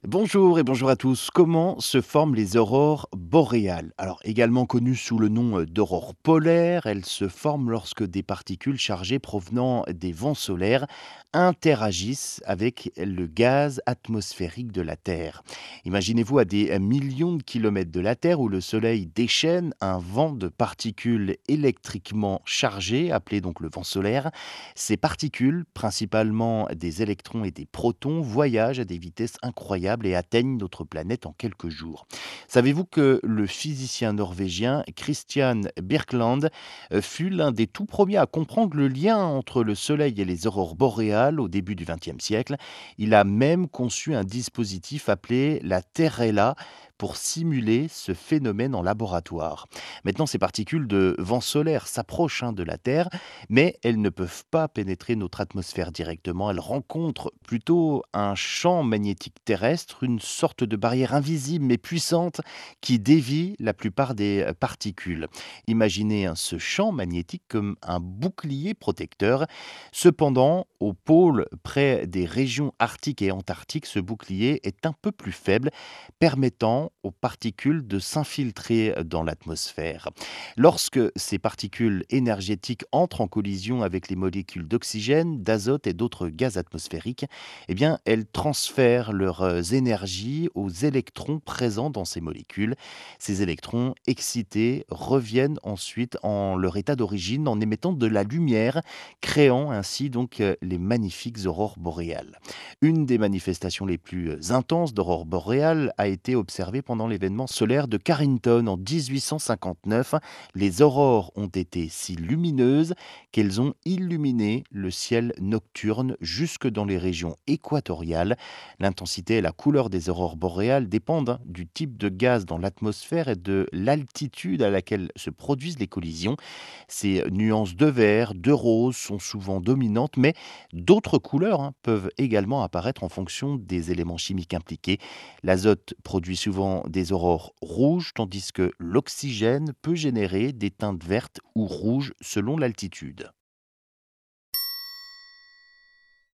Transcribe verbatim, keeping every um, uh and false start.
Bonjour et bonjour à tous. Comment se forment les aurores boréales? Alors, également connues sous le nom euh, d'aurores polaires, elles se forment lorsque des particules chargées provenant des vents solaires interagissent avec le gaz atmosphérique de la Terre. Imaginez-vous à des millions de kilomètres de la Terre où le Soleil déchaîne un vent de particules électriquement chargées, appelé donc le vent solaire. Ces particules, principalement des électrons et des protons, voyagent à des vitesses incroyables et atteignent notre planète en quelques jours. Savez-vous que le physicien norvégien Christian Birkeland euh, fut l'un des tout premiers à comprendre le lien entre le Soleil et les aurores boréales au début du vingtième siècle? Il a même conçu un dispositif appelé la Terrella pour simuler ce phénomène en laboratoire. Maintenant, ces particules de vent solaire s'approchent hein, de la Terre, mais elles ne peuvent pas pénétrer notre atmosphère directement. Elles rencontrent plutôt un champ magnétique terrestre, une sorte de barrière invisible mais puissante qui dévie la plupart des euh, particules. Imaginez hein, ce champ magnétique comme un bouclier protecteur. Cependant, au pôle, près des régions arctiques et antarctiques, ce bouclier est un peu plus faible, permettant aux particules de s'infiltrer dans l'atmosphère. Lorsque ces particules énergétiques entrent en collision avec les molécules d'oxygène, d'azote et d'autres gaz atmosphériques, eh bien, elles transfèrent leurs euh, énergies aux électrons présents dans ces molécules. Ces électrons excités reviennent ensuite en leur état d'origine en émettant de la lumière, créant ainsi donc euh, les magnifiques aurores boréales. Une des manifestations les plus euh, intenses d'aurores boréales a été observée pendant l'événement solaire de Carrington en dix-huit cent cinquante-neuf. Les aurores ont été si lumineuses qu'elles ont illuminé le ciel nocturne jusque dans les régions équatoriales. L'intensité et la couleur des aurores boréales dépendent hein, du type de gaz dans l'atmosphère et de l'altitude à laquelle se produisent les collisions. Ces nuances de vert, de rose sont souvent dominantes, mais d'autres couleurs hein, peuvent également apparaître en fonction des éléments chimiques impliqués. L'azote produit souvent des aurores rouges, tandis que l'oxygène peut générer des teintes vertes ou rouges selon l'altitude.